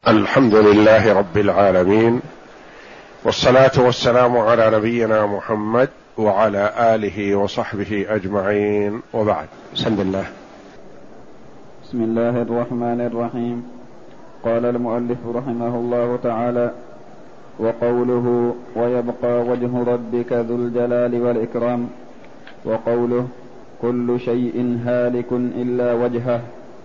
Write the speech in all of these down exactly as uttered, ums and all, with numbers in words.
الحمد لله رب العالمين، والصلاة والسلام على نبينا محمد وعلى آله وصحبه أجمعين، وبعد. بسم الله. بسم الله الرحمن الرحيم. قال المؤلف رحمه الله تعالى: وقوله ويبقى وجه ربك ذو الجلال والإكرام، وقوله كل شيء هالك إلا وجهه.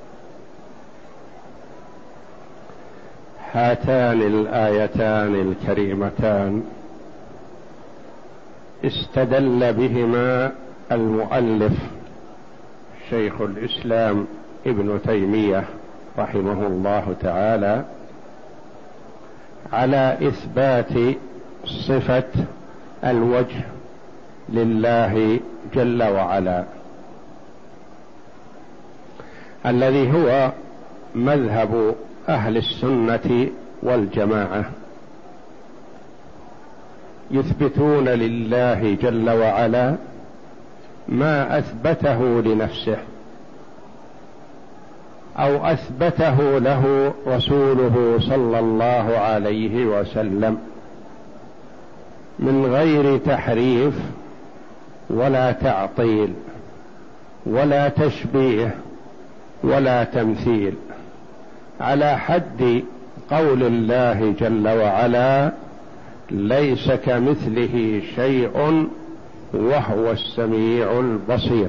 هاتان الآيتان الكريمتان استدل بهما المؤلف شيخ الإسلام ابن تيمية رحمه الله تعالى على إثبات صفة الوجه لله جل وعلا، الذي هو مذهب أهل السنة والجماعة، يثبتون لله جل وعلا ما أثبته لنفسه أو أثبته له رسوله صلى الله عليه وسلم من غير تحريف ولا تعطيل ولا تشبيه ولا تمثيل، على حد قول الله جل وعلا: ليس كمثله شيء وهو السميع البصير.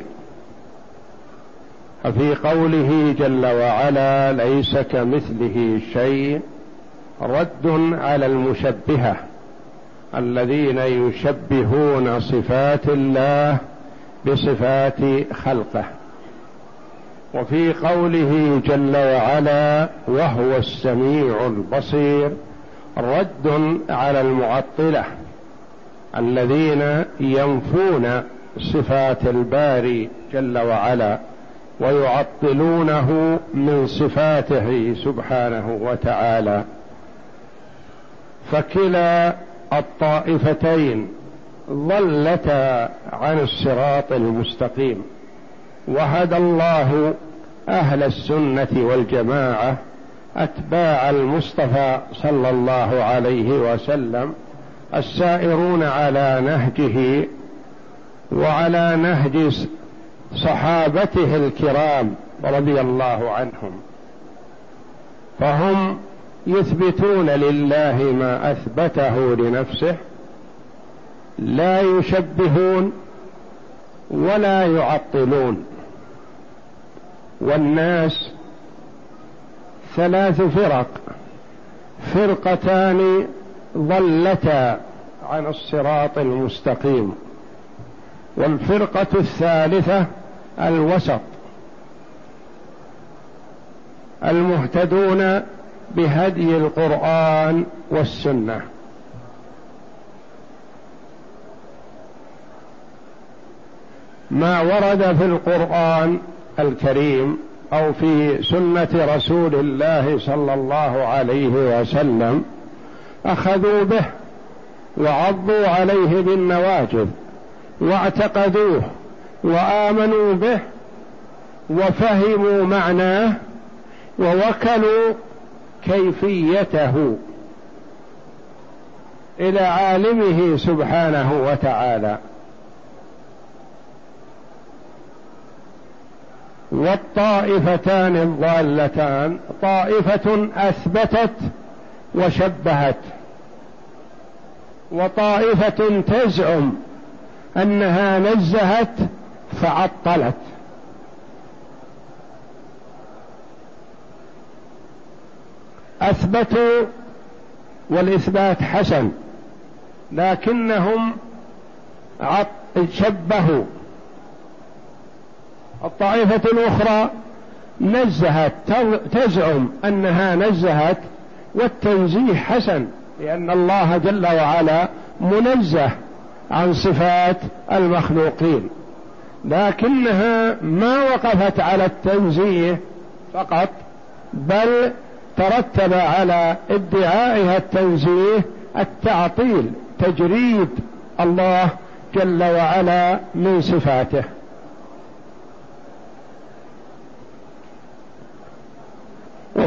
ففي قوله جل وعلا ليس كمثله شيء رد على المشبهة الذين يشبهون صفات الله بصفات خلقه، وفي قوله جل وعلا وهو السميع البصير رد على المعطلة الذين ينفون صفات الباري جل وعلا ويعطلونه من صفاته سبحانه وتعالى. فكلا الطائفتين ضلتا عن الصراط المستقيم، وهدى الله أهل السنة والجماعة أتباع المصطفى صلى الله عليه وسلم السائرون على نهجه وعلى نهج صحابته الكرام رضي الله عنهم، فهم يثبتون لله ما أثبته لنفسه، لا يشبهون ولا يعطلون. والناس ثلاث فرق: فرقتان ضلتا عن الصراط المستقيم، والفرقة الثالثة الوسط المهتدون بهدي القرآن والسنة. ما ورد في القرآن الكريم أو في سنة رسول الله صلى الله عليه وسلم أخذوا به وعضوا عليه بالنواجذ واعتقدوه وآمنوا به وفهموا معناه ووكلوا كيفيته إلى عالمه سبحانه وتعالى. والطائفتان الضالتان طائفة أثبتت وشبهت، وطائفة تزعم أنها نزهت فعطلت. أثبتوا والإثبات حسن، لكنهم شبهوا. الطائفة الأخرى نزهت، تزعم أنها نزهت، والتنزيه حسن، لأن الله جل وعلا منزه عن صفات المخلوقين، لكنها ما وقفت على التنزيه فقط، بل ترتب على ادعائها التنزيه التعطيل، تجريد الله جل وعلا من صفاته.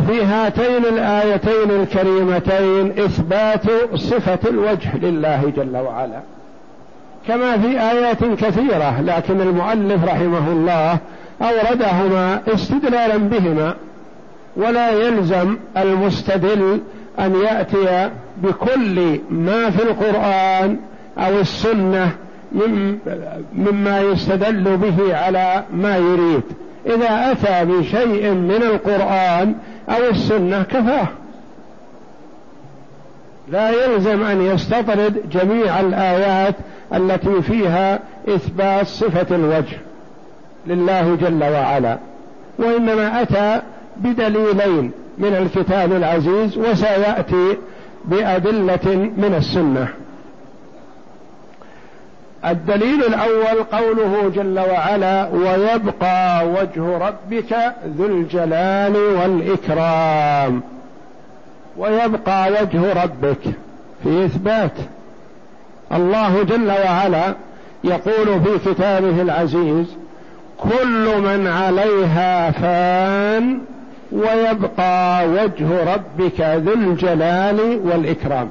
وفي هاتين الآيتين الكريمتين إثبات صفة الوجه لله جل وعلا، كما في آيات كثيرة، لكن المؤلف رحمه الله أوردهما استدلالا بهما، ولا يلزم المستدل أن يأتي بكل ما في القرآن أو السنة مما يستدل به على ما يريد. إذا أتى بشيء من القرآن أو السنة كفاه، لا يلزم أن يستطرد جميع الآيات التي فيها إثبات صفة الوجه لله جل وعلا، وإنما أتى بدليلين من الكتاب العزيز، وسيأتي بأدلة من السنة. الدليل الأول قوله جل وعلا: ويبقى وجه ربك ذو الجلال والإكرام. ويبقى وجه ربك في إثبات. الله جل وعلا يقول في كتابه العزيز: كل من عليها فان ويبقى وجه ربك ذو الجلال والإكرام.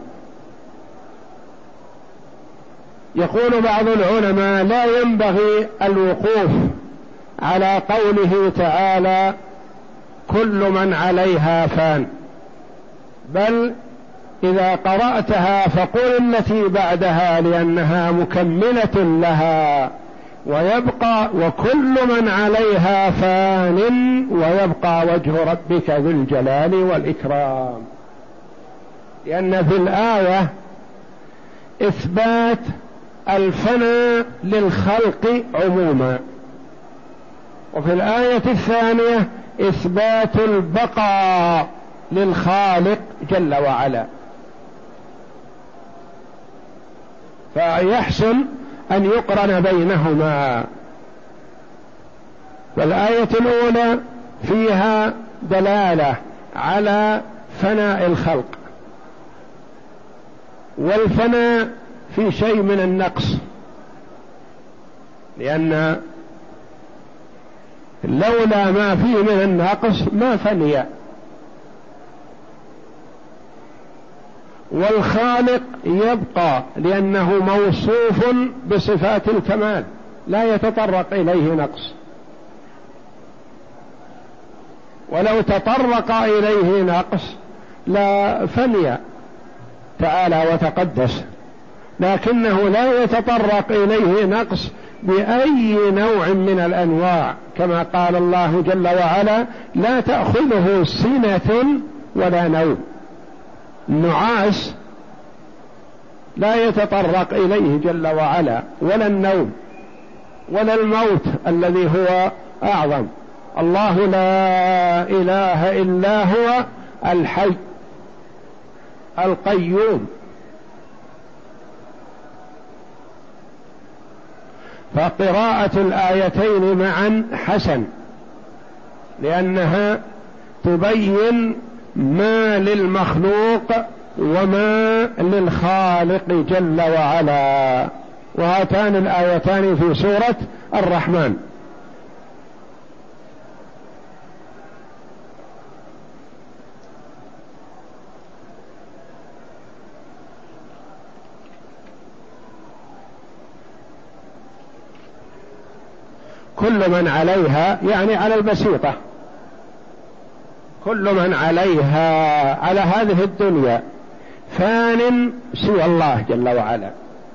يقول بعض العلماء: لا ينبغي الوقوف على قوله تعالى كل من عليها فان، بل إذا قرأتها فقل التي بعدها لأنها مكملة لها: ويبقى وكل من عليها فان ويبقى وجه ربك ذو الجلال والإكرام، لأن في الآية إثبات الفناء للخلق عموما، وفي الآية الثانية إثبات البقاء للخالق جل وعلا. فيحسن أن يقرن بينهما. والآية الأولى فيها دلالة على فناء الخلق، والفناء في شيء من النقص، لأن لولا ما فيه من النقص ما فني. والخالق يبقى لأنه موصوف بصفات الكمال لا يتطرق إليه نقص، ولو تطرق إليه نقص لا فني تعالى وتقدس، لكنه لا يتطرق إليه نقص بأي نوع من الأنواع، كما قال الله جل وعلا: لا تأخذه سنة ولا نوم. النعاس لا يتطرق إليه جل وعلا، ولا النوم ولا الموت الذي هو أعظم. الله لا إله إلا هو الحي القيوم. فقراءة الآيتين معا حسن، لأنها تبين ما للمخلوق وما للخالق جل وعلا. وهاتان الآيتان في سورة الرحمن. كل من عليها يعني على البسيطة، كل من عليها على هذه الدنيا فان سوى الله جل وعلا،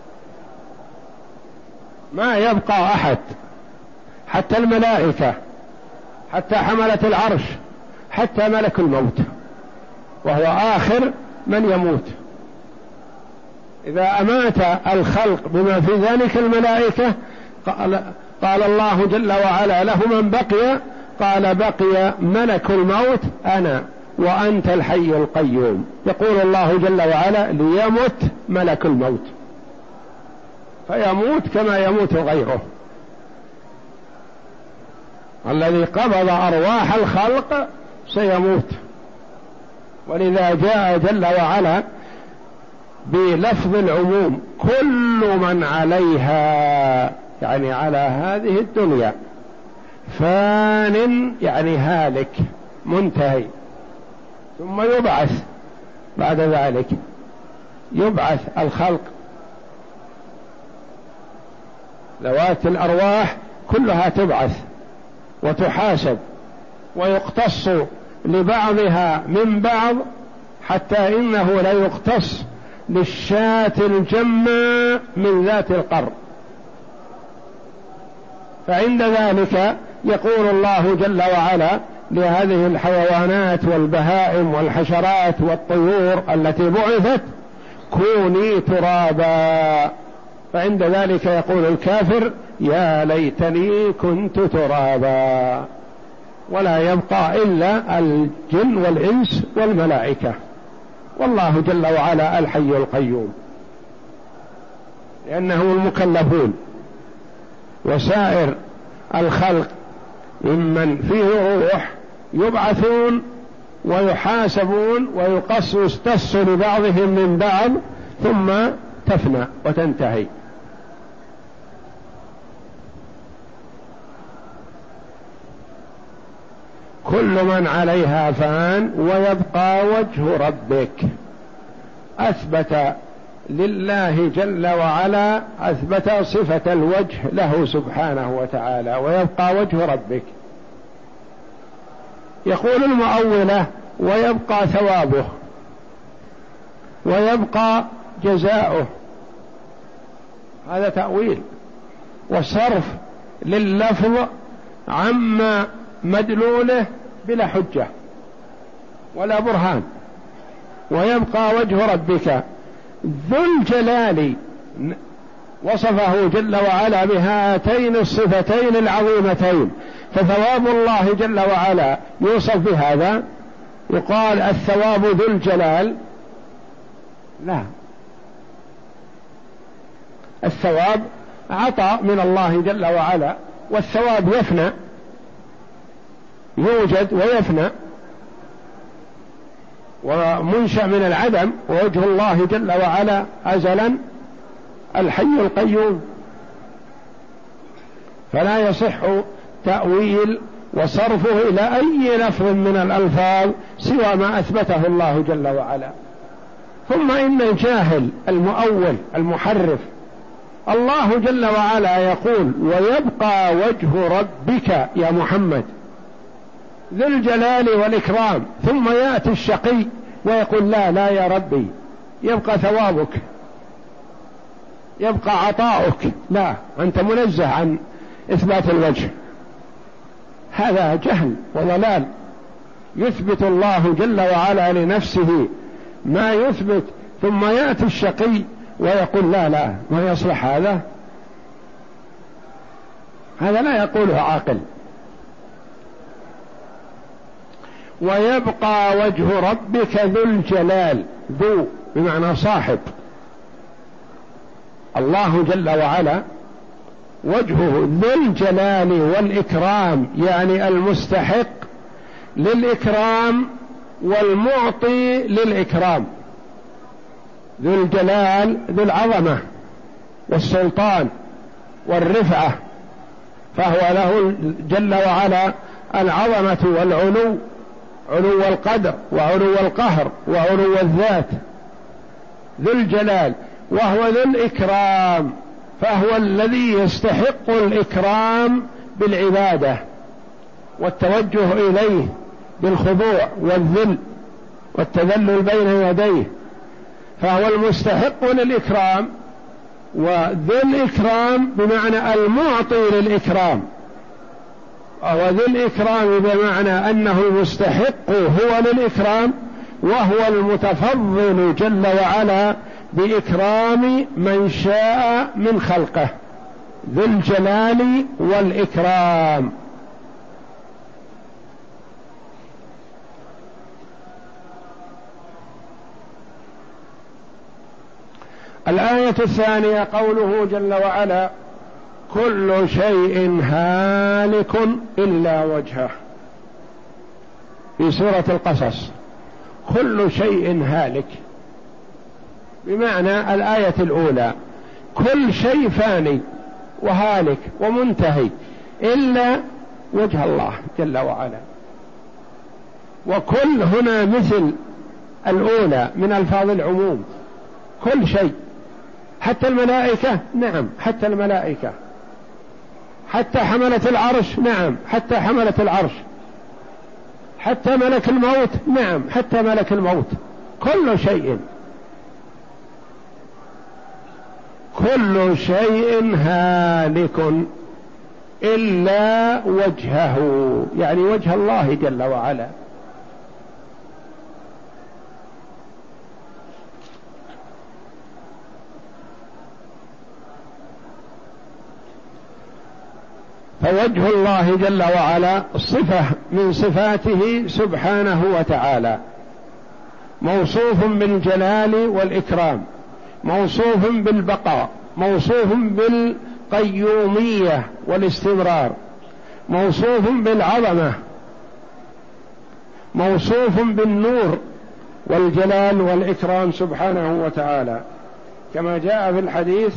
ما يبقى أحد، حتى الملائكة، حتى حملة العرش، حتى ملك الموت، وهو آخر من يموت. إذا أمات الخلق بما في ذلك الملائكة قال, قال الله جل وعلا: له من بقي؟ قال: بقي ملك الموت أنا وأنت الحي القيوم. يقول الله جل وعلا: ليمت ملك الموت، فيموت كما يموت غيره. الذي قبض أرواح الخلق سيموت. ولذا جاء جل وعلا بلفظ العموم: كل من عليها، يعني على هذه الدنيا، فان يعني هالك منتهي، ثم يبعث بعد ذلك، يبعث الخلق، ذوات الأرواح كلها تبعث وتحاسب ويقتص لبعضها من بعض، حتى إنه لا يقتص للشاة الجمة من ذات القر. فعند ذلك يقول الله جل وعلا لهذه الحيوانات والبهائم والحشرات والطيور التي بعثت: كوني ترابا. فعند ذلك يقول الكافر: يا ليتني كنت ترابا. ولا يبقى إلا الجن والإنس والملائكة، والله جل وعلا الحي القيوم، لأنهم المكلفون. وسائر الخلق ممن فيه روح يبعثون ويحاسبون ويقص يستص لبعضهم من بعض، ثم تفنى وتنتهي. كل من عليها فان ويبقى وجه ربك. أثبت لله جل وعلا، أثبت صفة الوجه له سبحانه وتعالى: ويبقى وجه ربك. يقول المؤولة: ويبقى ثوابه، ويبقى جزاؤه. هذا تأويل وصرف لللفظ عما مدلوله بلا حجة ولا برهان. ويبقى وجه ربك ذو الجلال، وصفه جل وعلا بهاتين الصفتين العظيمتين. فثواب الله جل وعلا يوصف بهذا، يقال الثواب ذو الجلال؟ لا، الثواب عطاء من الله جل وعلا، والثواب يفنى، يوجد ويفنى، ومنشأ من العدم. ووجه الله جل وعلا أزلا الحي القيوم، فلا يصح تأويل وصرفه إلى أي لفظ من الألفاظ سوى ما أثبته الله جل وعلا. ثم إن الجاهل المؤول المحرف، الله جل وعلا يقول: ويبقى وجه ربك يا محمد ذي الجلال والإكرام، ثم يأتي الشقي ويقول: لا لا يا ربي، يبقى ثوابك، يبقى عطاؤك. لا، أنت منزه عن إثبات الوجه. هذا جهل وضلال. يثبت الله جل وعلا لنفسه ما يثبت، ثم يأتي الشقي ويقول: لا لا، ما يصلح هذا، هذا لا يقوله عاقل. ويبقى وجه ربك ذو الجلال، ذو بمعنى صاحب. الله جل وعلا وجهه ذو الجلال والإكرام، يعني المستحق للإكرام والمعطي للإكرام. ذو الجلال ذو العظمة والسلطان والرفعة، فهو له جل وعلا العظمة والعلو، علو القدر وعلو القهر وعلو الذات. ذو الجلال، وهو ذو الإكرام، فهو الذي يستحق الإكرام بالعبادة والتوجه إليه بالخضوع والذل والتذلل بين يديه، فهو المستحق للإكرام. وذو الإكرام بمعنى المعطي للإكرام، وذو الإكرام بمعنى أنه المستحق هو للإكرام، وهو المتفضل جل وعلا بإكرام من شاء من خلقه، ذو الجلال والإكرام. الآية الثانية قوله جل وعلا: كل شيء هالك إلا وجهه. في سورة القصص كل شيء هالك، بمعنى الآية الأولى كل شيء فاني وهالك ومنتهي إلا وجه الله جل وعلا. وكل هنا مثل الأولى من ألفاظ العموم، كل شيء، حتى الملائكة، نعم حتى الملائكة، حتى حملة العرش، نعم حتى حملة العرش، حتى ملك الموت، نعم حتى ملك الموت، كل شيء، كل شيء هالك إلا وجهه، يعني وجه الله جل وعلا. فوجه الله جل وعلا صفة من صفاته سبحانه وتعالى، موصوف بالجلال والإكرام، موصوف بالبقاء، موصوف بالقيومية والاستمرار، موصوف بالعظمة، موصوف بالنور والجلال والإكرام سبحانه وتعالى، كما جاء في الحديث: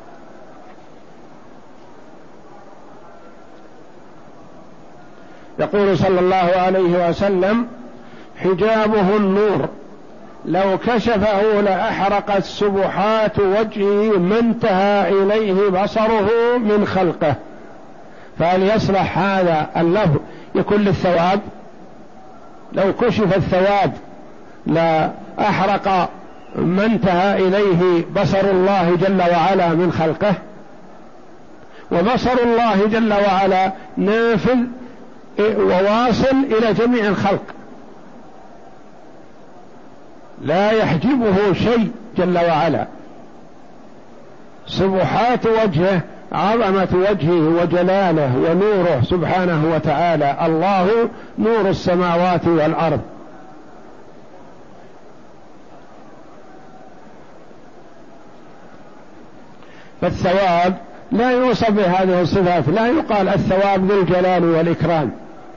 يقول صلى الله عليه وسلم: حجابه النور، لو كشفه لأحرقت سبحات وجهه ما انتهى إليه بصره من خلقه. فهل يصلح هذا اللفظ يكون للثواب؟ لو كشف الثواب لأحرق ما انتهى إليه بصر الله جل وعلا من خلقه، وبصر الله جل وعلا نافذ وواصل إلى جميع الخلق، لا يحجبه شيء جل وعلا. سبحات وجهه، عظمة وجهه وجلاله ونوره سبحانه وتعالى، الله نور السماوات والأرض. فالثواب لا يوصف بهذه الصفات، لا يقال الثواب ذو الجلال والإكرام،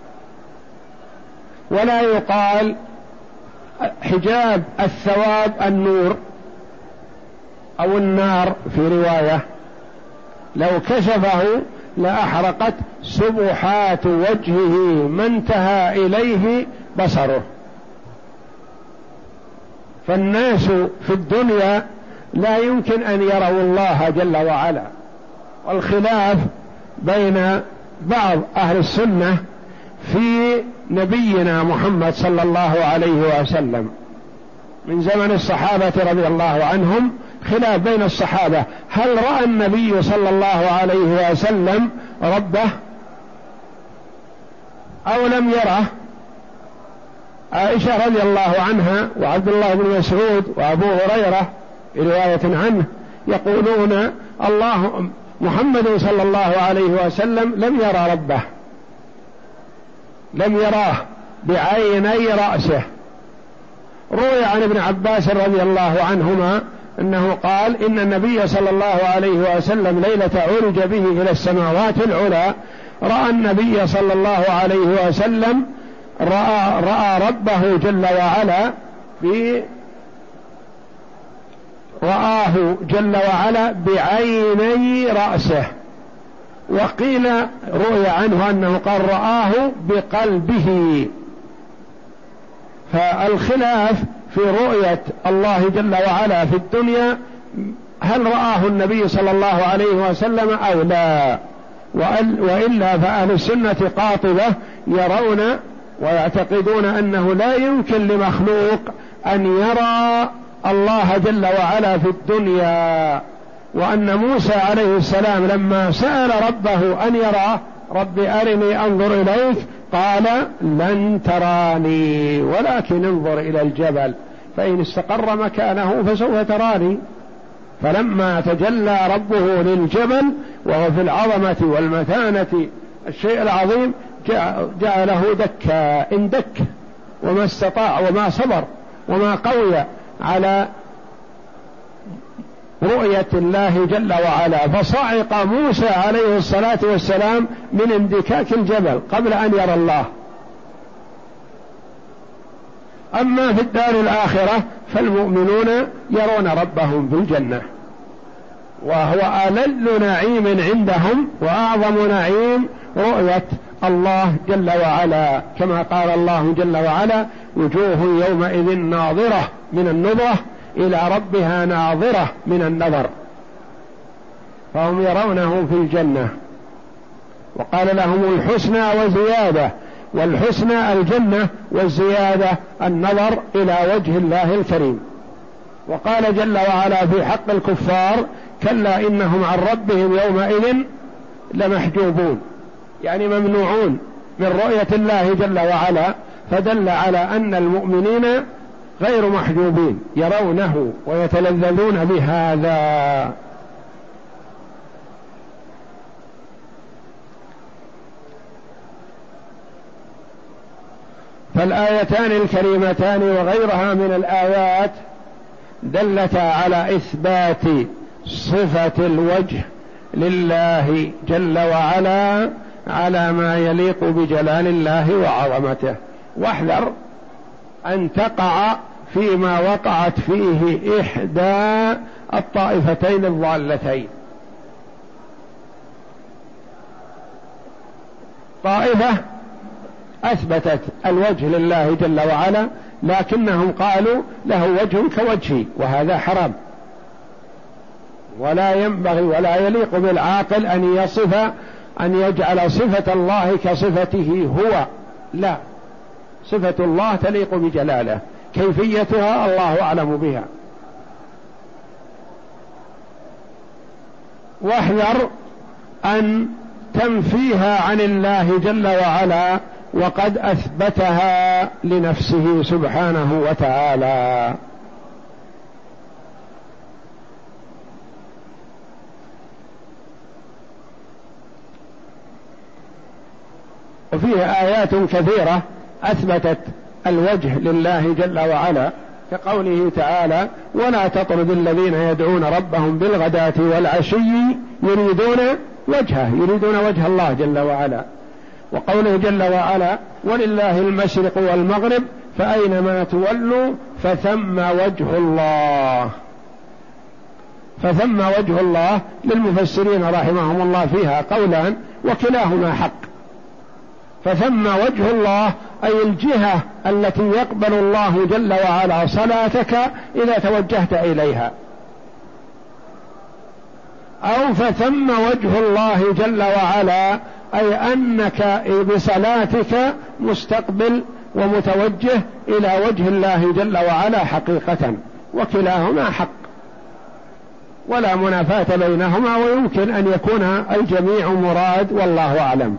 ولا يقال حجاب الثواب النور أو النار في رواية، لو كشفه لأحرقت سبحات وجهه ما انتهى إليه بصره. فالناس في الدنيا لا يمكن أن يروا الله جل وعلا، والخلاف بين بعض أهل السنة في نبينا محمد صلى الله عليه وسلم من زمن الصحابة رضي الله عنهم، خلاف بين الصحابة: هل رأى النبي صلى الله عليه وسلم ربه أو لم يره؟ عائشة رضي الله عنها وعبد الله بن مسعود وأبو هريرة رواية عنه يقولون: الله محمد صلى الله عليه وسلم لم يرى ربه، لم يراه بعيني رأسه. روي عن ابن عباس رضي الله عنهما أنه قال: إن النبي صلى الله عليه وسلم ليلة عرج به إلى السماوات العلى رأى النبي صلى الله عليه وسلم رأى, رأى ربه جل وعلا في رآه جل وعلا بعيني رأسه. وقيل روي عنه أنه قال رآه بقلبه. فالخلاف في رؤية الله جل وعلا في الدنيا، هل رآه النبي صلى الله عليه وسلم أو لا؟ وإلا فأهل السنة قاطبة يرون ويعتقدون أنه لا يمكن لمخلوق أن يرى الله جل وعلا في الدنيا، وأن موسى عليه السلام لما سأل ربه أن يراه: رب أرني أنظر إليك، قال: لن تراني ولكن انظر إلى الجبل فإن استقر مكانه فسوف تراني. فلما تجلى ربه للجبل وهو في العظمة والمتانة الشيء العظيم جعله دكا، اندك وما استطاع وما صبر وما قوي على رؤية الله جل وعلا، فصعق موسى عليه الصلاة والسلام من اندكاك الجبل قبل أن يرى الله. أما في الدار الآخرة فالمؤمنون يرون ربهم في الجنة، وهو ألل نعيم عندهم وأعظم نعيم رؤية الله جل وعلا، كما قال الله جل وعلا: وجوه يومئذ ناظرة من النظرة إلى ربها ناظرة من النظر، فهم يرونه في الجنة. وقال لهم الحسنى وزيادة، والحسنى الجنة، والزيادة النظر إلى وجه الله الكريم. وقال جل وعلا في حق الكفار: كلا إنهم عن ربهم يومئذ لمحجوبون، يعني ممنوعون من رؤية الله جل وعلا، فدل على أن المؤمنين غير محجوبين، يرونه ويتلذذون بهذا. فالآيتان الكريمتان وغيرها من الآيات دلتا على إثبات صفة الوجه لله جل وعلا على ما يليق بجلال الله وعظمته. واحذر أن تقع فيما وقعت فيه إحدى الطائفتين الضالتين. طائفة أثبتت الوجه لله جل وعلا، لكنهم قالوا له وجه كوجهي، وهذا حرام، ولا ينبغي ولا يليق بالعاقل أن يصف أن يجعل صفة الله كصفته هو، لا، صفة الله تليق بجلاله، كيفيتها الله أعلم بها. واحذر أن تنفيها عن الله جل وعلا وقد أثبتها لنفسه سبحانه وتعالى. وفيها آيات كثيرة أثبتت الوجه لله جل وعلا، كقوله تعالى: ولا تطرد الذين يدعون ربهم بالغداة والعشي يريدون وجهه، يريدون وجه الله جل وعلا. وقوله جل وعلا: ولله المشرق والمغرب فأينما تولوا فثم وجه الله. فثم وجه الله للمفسرين رحمهم الله فيها قولان، وكلاهما حق. فثم وجه الله أي الجهة التي يقبل الله جل وعلا صلاتك إذا توجهت إليها، أو فثم وجه الله جل وعلا أي أنك بصلاتك مستقبل ومتوجه إلى وجه الله جل وعلا حقيقة، وكلاهما حق ولا منافاة بينهما، ويمكن أن يكون الجميع مراد، والله أعلم.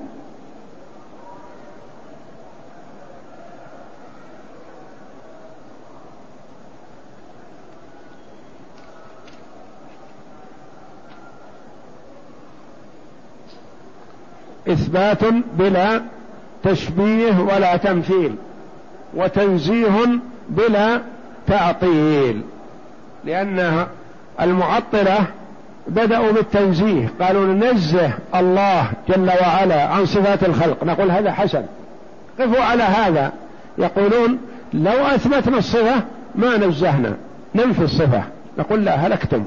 إثبات بلا تشبيه ولا تمثيل، وتنزيه بلا تعطيل، لأن المعطلة بدأوا بالتنزيه، قالوا ننزه الله جل وعلا عن صفات الخلق، نقول هذا حسن، قفوا على هذا. يقولون لو أثبتنا الصفة ما نزهنا، ننفي الصفة، نقول لا، هلكتم.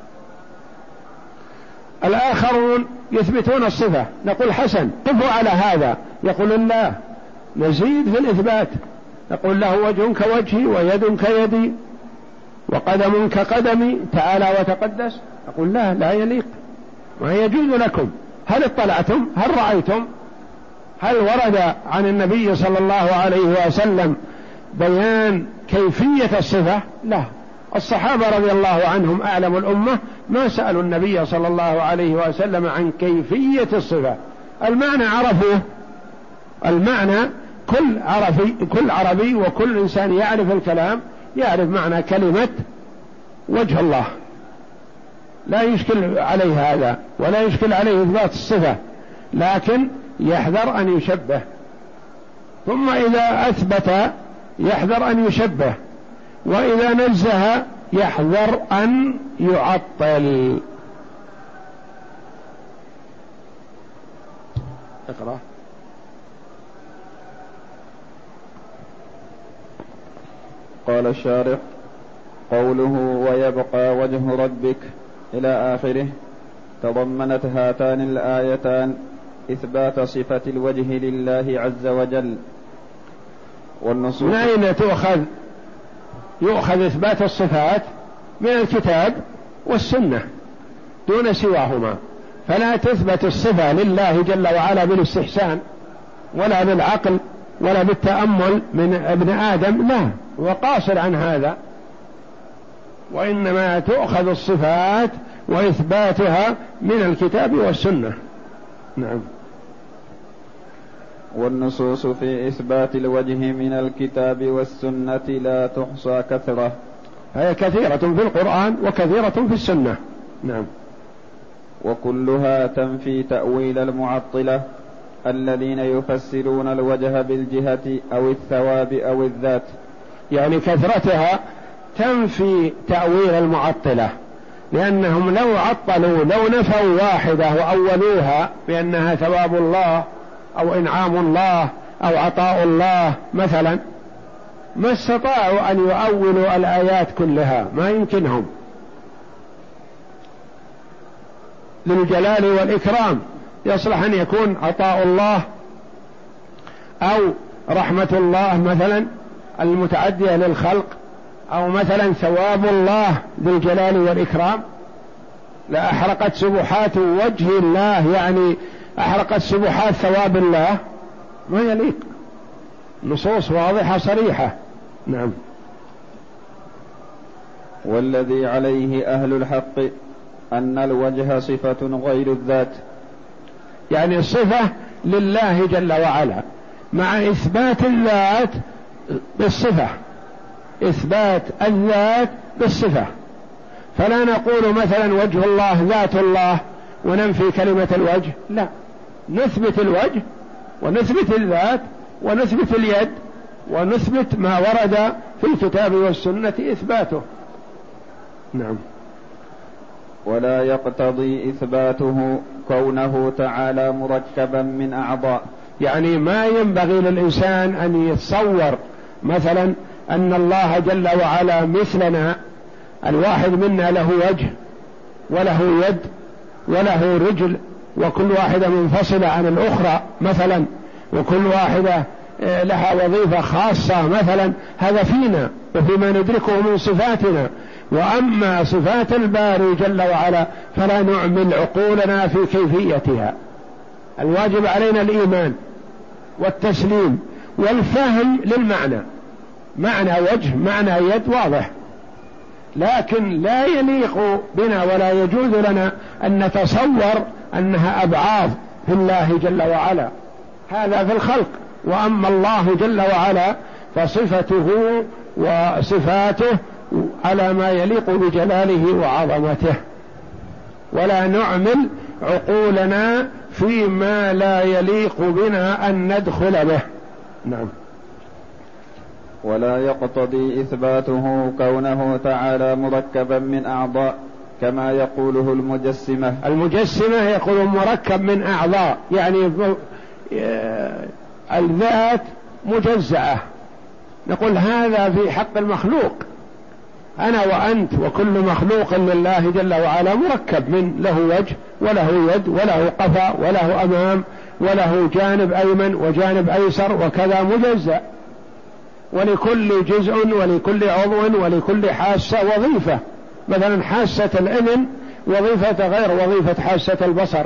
الآخرون يثبتون الصفة، نقول حسن، قفوا على هذا. يقولون لا، نزيد في الإثبات، نقول له وجه كوجهي ويد كيدي وقدم كقدمي تعالى وتقدس. نقول لا، لا يليق، ما يجوز لكم. هل اطلعتم؟ هل رأيتم؟ هل ورد عن النبي صلى الله عليه وسلم بيان كيفية الصفة؟ لا، الصحابة رضي الله عنهم أعلم الأمة ما سألوا النبي صلى الله عليه وسلم عن كيفية الصفة، المعنى عرفوه. المعنى كل عربي كل عربي وكل إنسان يعرف الكلام يعرف معنى كلمة وجه الله، لا يشكل عليه هذا ولا يشكل عليه إثبات الصفة، لكن يحذر أن يشبه. ثم إذا أثبت يحذر أن يشبه، وإذا نزه يحذر أن يعطل. اقرأ. قال الشارح: قوله ويبقى وجه ربك إلى آخره تضمنت هاتان الآيتان إثبات صفة الوجه لله عز وجل. والنصوص من أين تؤخذ؟ يؤخذ إثبات الصفات من الكتاب والسنة دون سواهما، فلا تثبت الصفة لله جل وعلا بالاستحسان ولا بالعقل ولا بالتأمل من ابن آدم، لا، وقاصر عن هذا، وإنما تؤخذ الصفات وإثباتها من الكتاب والسنة. نعم. والنصوص في إثبات الوجه من الكتاب والسنة لا تحصى كثرة، هي كثيرة في القرآن وكثيرة في السنة. نعم. وكلها تنفي تأويل المعطلة الذين يفسرون الوجه بالجهة أو الثواب أو الذات، يعني كثرتها تنفي تأويل المعطلة، لأنهم لو عطلوا لو نفوا واحدة وأولوها بأنها ثواب الله أو إنعام الله أو عطاء الله مثلا، ما استطاعوا أن يؤولوا الآيات كلها، ما يمكنهم للجلال والإكرام. يصلح أن يكون عطاء الله أو رحمة الله مثلا المتعدية للخلق، أو مثلا ثواب الله ذي الجلال والإكرام. لا أحرقت سبحات وجه الله، يعني أحرقت سبحات ثواب الله، ما يليق. نصوص واضحة صريحة. نعم. والذي عليه أهل الحق أن الوجه صفة غير الذات، يعني الصفة لله جل وعلا مع إثبات الذات بالصفة، إثبات الذات بالصفة. فلا نقول مثلا وجه الله ذات الله وننفي كلمة الوجه، لا، نثبت الوجه ونثبت الذات ونثبت اليد ونثبت ما ورد في الكتاب والسنة إثباته. نعم. ولا يقتضي إثباته كونه تعالى مركبا من أعضاء، يعني ما ينبغي للإنسان أن يتصور مثلا أن الله جل وعلا مثلنا، الواحد منا له وجه وله يد وله رجل، وكل واحدة منفصلة عن الأخرى مثلا، وكل واحدة لها وظيفة خاصة مثلا. هذا فينا وفيما ندركه من صفاتنا. وأما صفات الباري جل وعلا فلا نعمل عقولنا في كيفيتها. الواجب علينا الإيمان والتسليم والفهم للمعنى، معنى وجه معنى يد واضح، لكن لا يليق بنا ولا يجوز لنا أن نتصور أنها أبعاض في الله جل وعلا، هذا في الخلق. وأما الله جل وعلا فصفته وصفاته على ما يليق بجلاله وعظمته، ولا نعمل عقولنا فيما لا يليق بنا أن ندخل به. نعم. ولا يقتضي إثباته كونه تعالى مركبا من أعضاء كما يقوله المجسمة. المجسمة يقول مركب من أعضاء، يعني الذات مجزأة. نقول هذا في حق المخلوق، أنا وأنت وكل مخلوق لله جل وعلا مركب من له وجه وله يد وله قفا وله أمام وله جانب أيمن وجانب أيسر وكذا مجزأ، ولكل جزء ولكل عضو ولكل حاسة وظيفة. مثلا حاسة الأذن وظيفة غير وظيفة حاسة البصر،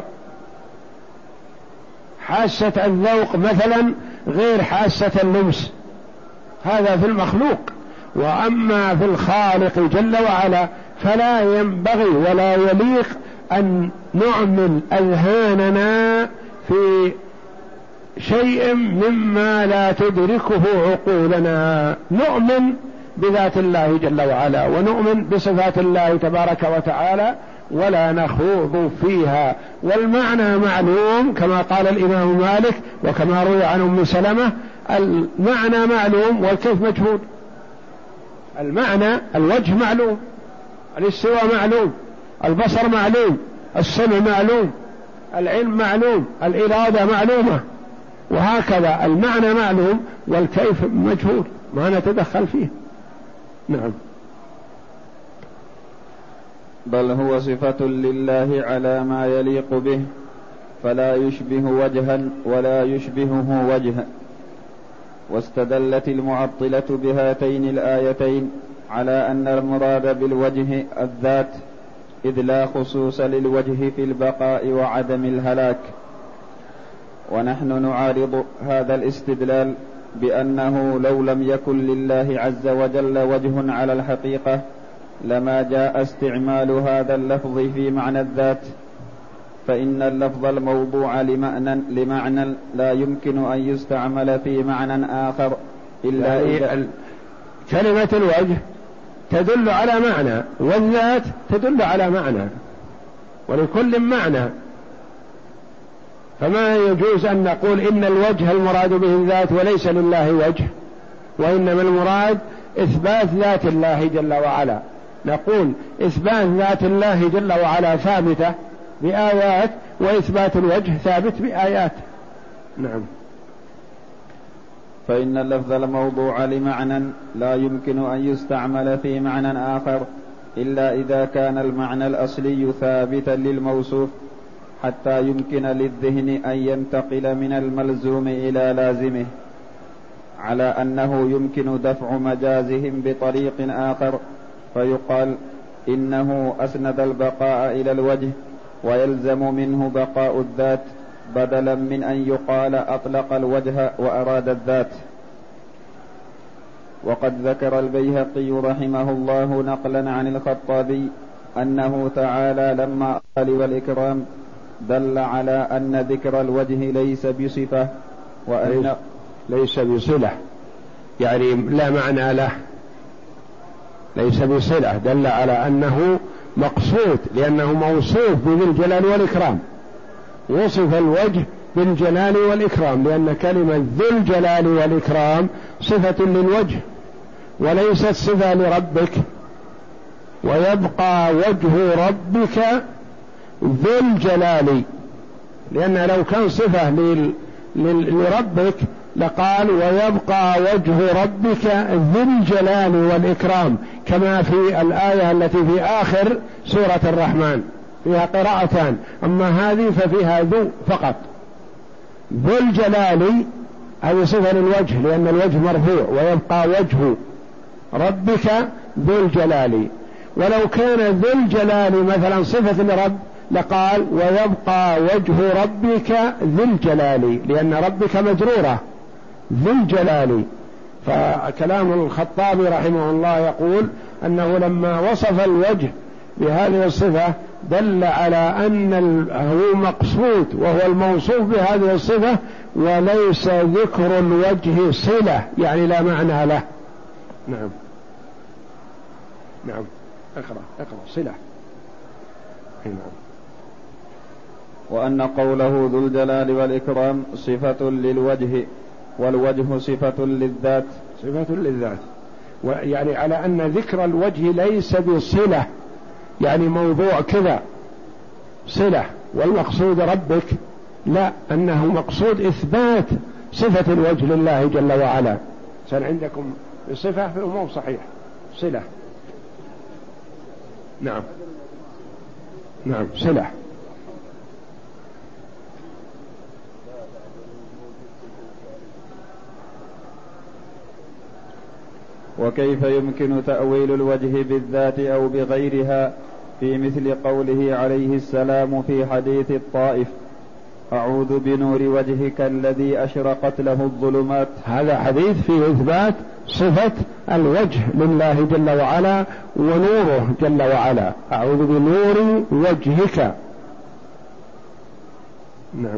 حاسة الذوق مثلا غير حاسة اللمس، هذا في المخلوق. وأما في الخالق جل وعلا فلا ينبغي ولا يليق أن نعمل أذهاننا في شيء مما لا تدركه عقولنا. نؤمن بذات الله جل وعلا ونؤمن بصفات الله تبارك وتعالى ولا نخوض فيها، والمعنى معلوم كما قال الإمام مالك وكما روي عن أم سلمة، المعنى معلوم والكيف مجهول. المعنى الوجه معلوم، الاستواء معلوم، البصر معلوم، السمع معلوم، العلم معلوم، الإرادة معلومة، وهكذا المعنى معلوم والكيف مجهول، ما نتدخل فيه. نعم. بل هو صفة لله على ما يليق به، فلا يشبه وجها ولا يشبهه وجه. واستدلت المعطلة بهاتين الآيتين على أن المراد بالوجه الذات، إذ لا خصوص للوجه في البقاء وعدم الهلاك. ونحن نعارض هذا الاستدلال بأنه لو لم يكن لله عز وجل وجه على الحقيقة لما جاء استعمال هذا اللفظ في معنى الذات، فإن اللفظ الموضوع لمعنى, لمعنى لا يمكن أن يستعمل في معنى آخر إلا يعني إذا كلمة الوجه تدل على معنى، والذات تدل على معنى، ولكل معنى، فما يجوز أن نقول إن الوجه المراد به الذات وليس لله وجه، وإنما المراد إثبات ذات الله جل وعلا. نقول إثبات ذات الله جل وعلا ثابتة بآيات، وإثبات الوجه ثابت بآيات. نعم. فإن اللفظ الموضوع لمعنى لا يمكن أن يستعمل في معنى آخر إلا إذا كان المعنى الأصلي ثابتا للموصوف، حتى يمكن للذهن أن ينتقل من الملزوم إلى لازمه، على أنه يمكن دفع مجازهم بطريق آخر، فيقال إنه أسند البقاء إلى الوجه ويلزم منه بقاء الذات، بدلا من أن يقال أطلق الوجه وأراد الذات. وقد ذكر البيهقي رحمه الله نقلا عن الخطابي أنه تعالى لما قال والإكرام دل على أن ذكر الوجه ليس بصفة، وأن ليس بصلة، يعني لا معنى له، ليس بصلة، دل على أنه مقصود لأنه موصوف بذي الجلال والإكرام. وصف الوجه بالجلال والإكرام لأن كلمة ذو الجلال والإكرام صفة للوجه وليست صفة لربك. ويبقى وجه ربك ذو الجلال، لأن لو كان صفة لربك لقال ويبقى وجه ربك ذو الجلال والإكرام، كما في الآية التي في آخر سورة الرحمن فيها قراءتان، أما هذه ففيها ذو فقط. ذو الجلال هذه صفة للوجه لأن الوجه مرفوع، ويبقى وجه ربك ذو الجلال. ولو كان ذو الجلال مثلا صفة لرب لقال ويبقى وجه ربك ذو الجلال، لأن ربك مجرورة ذو الجلال. فكلام الخطابي رحمه الله يقول أنه لما وصف الوجه بهذه الصفة دل على أن هو مقصود وهو الموصوف بهذه الصفة، وليس ذكر الوجه صلة، يعني لا معنى له. نعم نعم اقرأ اقرأ صلة. نعم. وأن قوله ذو الجلال والإكرام صفة للوجه، والوجه صفة للذات. صفة للذات، يعني على أن ذكر الوجه ليس بصلة، يعني موضوع كذا صلة والمقصود ربك، لا، أنه مقصود إثبات صفة الوجه لله جل وعلا. سن عندكم صفة في الأمور صحيح صلة. نعم نعم صلة. وكيف يمكن تأويل الوجه بالذات أو بغيرها في مثل قوله عليه السلام في حديث الطائف أعوذ بنور وجهك الذي أشرقت له الظلمات؟ هذا حديث فيه إثبات صفة الوجه لله جل وعلا ونوره جل وعلا. أعوذ بنور وجهك. نعم.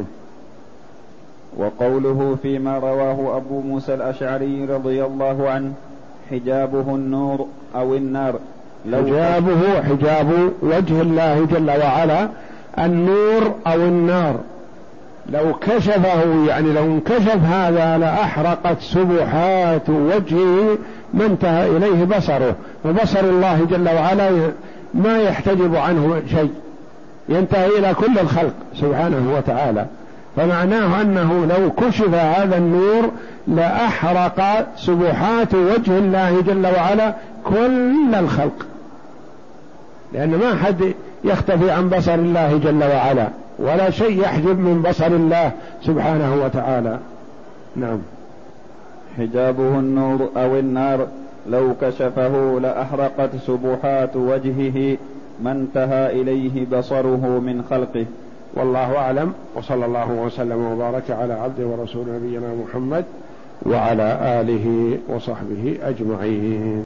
وقوله فيما رواه أبو موسى الأشعري رضي الله عنه حجابه النور أو النار، حجابه حجاب وجه الله جل وعلا النور أو النار. لو كشفه يعني لو انكشف هذا لأحرقت سبحات وجهه ما انتهى إليه بصره، وبصر الله جل وعلا ما يحتجب عنه شيء، ينتهي إلى كل الخلق سبحانه وتعالى. فمعناه أنه لو كشف هذا النور لأحرق سبحات وجه الله جل وعلا كل الخلق، لأن ما حد يختفي عن بصر الله جل وعلا ولا شيء يحجب من بصر الله سبحانه وتعالى. نعم. حجابه النور أو النار، لو كشفه لأحرقت سبحات وجهه ما انتهى إليه بصره من خلقه. والله أعلم، وصلى الله وسلم وبارك على عبده ورسول نبينا محمد وعلى آله وصحبه أجمعين.